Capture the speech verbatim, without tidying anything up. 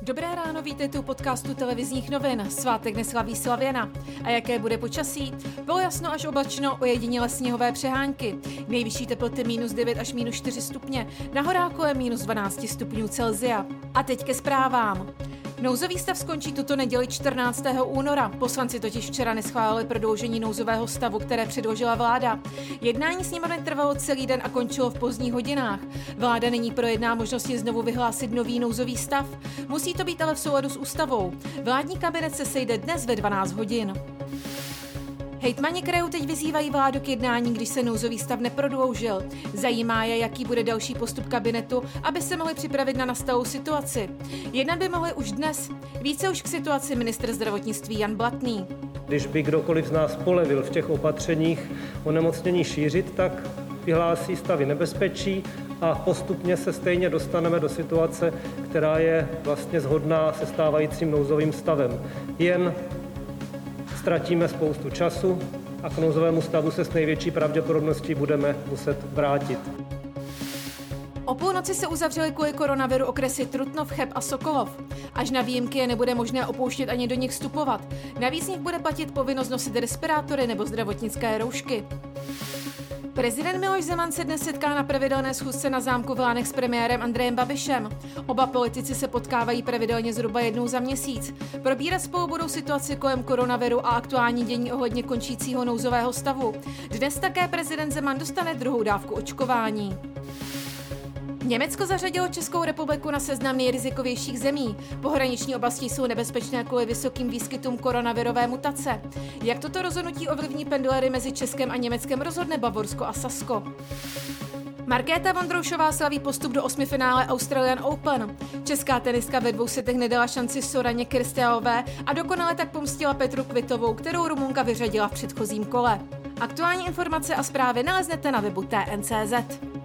Dobré ráno, vítejte u podcastu televizních novin. Svátek neslaví Slavěna. A jaké bude počasí? Bylo jasno až oblačno, ojediněle sněhové přehánky. Nejvyšší teploty minus devět až minus čtyři stupně, na horách kolem minus dvanáct stupňů Celsia. A teď ke zprávám. Nouzový stav skončí tuto neděli čtrnáctého února. Poslanci totiž včera neschválili prodloužení nouzového stavu, které předložila vláda. Jednání sněmovny trvalo celý den a končilo v pozdních hodinách. Vláda nyní projedná možnosti znovu vyhlásit nový nouzový stav. Musí to být ale v souladu s ústavou. Vládní kabinet se sejde dnes ve dvanáct hodin. Hejtmani krajů teď vyzývají vládu k jednání, když se nouzový stav neprodloužil. Zajímá je, jaký bude další postup kabinetu, aby se mohli připravit na nastalou situaci. Jednat by mohli už dnes. Více už k situaci ministr zdravotnictví Jan Blatný. Když by kdokoliv z nás polevil v těch opatřeních onemocnění šířit, tak vyhlásí stavy nebezpečí a postupně se stejně dostaneme do situace, která je vlastně shodná se stávajícím nouzovým stavem. Jen ztratíme spoustu času a k nouzovému stavu se s největší pravděpodobností budeme muset vrátit. O půlnoci se uzavřely kvůli koronaviru okresy Trutnov, Cheb a Sokolov. Až na výjimky je nebude možné opouštět ani do nich vstupovat. Navíc z nich bude platit povinnost nosit respirátory nebo zdravotnické roušky. Prezident Miloš Zeman se dnes setká na pravidelné schůzce na zámku v Lánech s premiérem Andrejem Babišem. Oba politici se potkávají pravidelně zhruba jednou za měsíc. Probírat spolu budou situaci kolem koronaviru a aktuální dění ohledně končícího nouzového stavu. Dnes také prezident Zeman dostane druhou dávku očkování. Německo zařadilo Českou republiku na seznam nejrizikovějších zemí. Pohraniční oblasti jsou nebezpečné kvůli vysokým výskytům koronavirové mutace. Jak toto rozhodnutí ovlivní pendlery mezi Českem a Německem, rozhodne Bavorsko a Sasko. Markéta Vondroušová slaví postup do osmifinále Australian Open. Česká tenistka ve dvou setech nedala šanci Soraně Kyrstialové a dokonale tak pomstila Petru Kvitovou, kterou Rumunka vyřadila v předchozím kole. Aktuální informace a zprávy naleznete na webu T N C Z.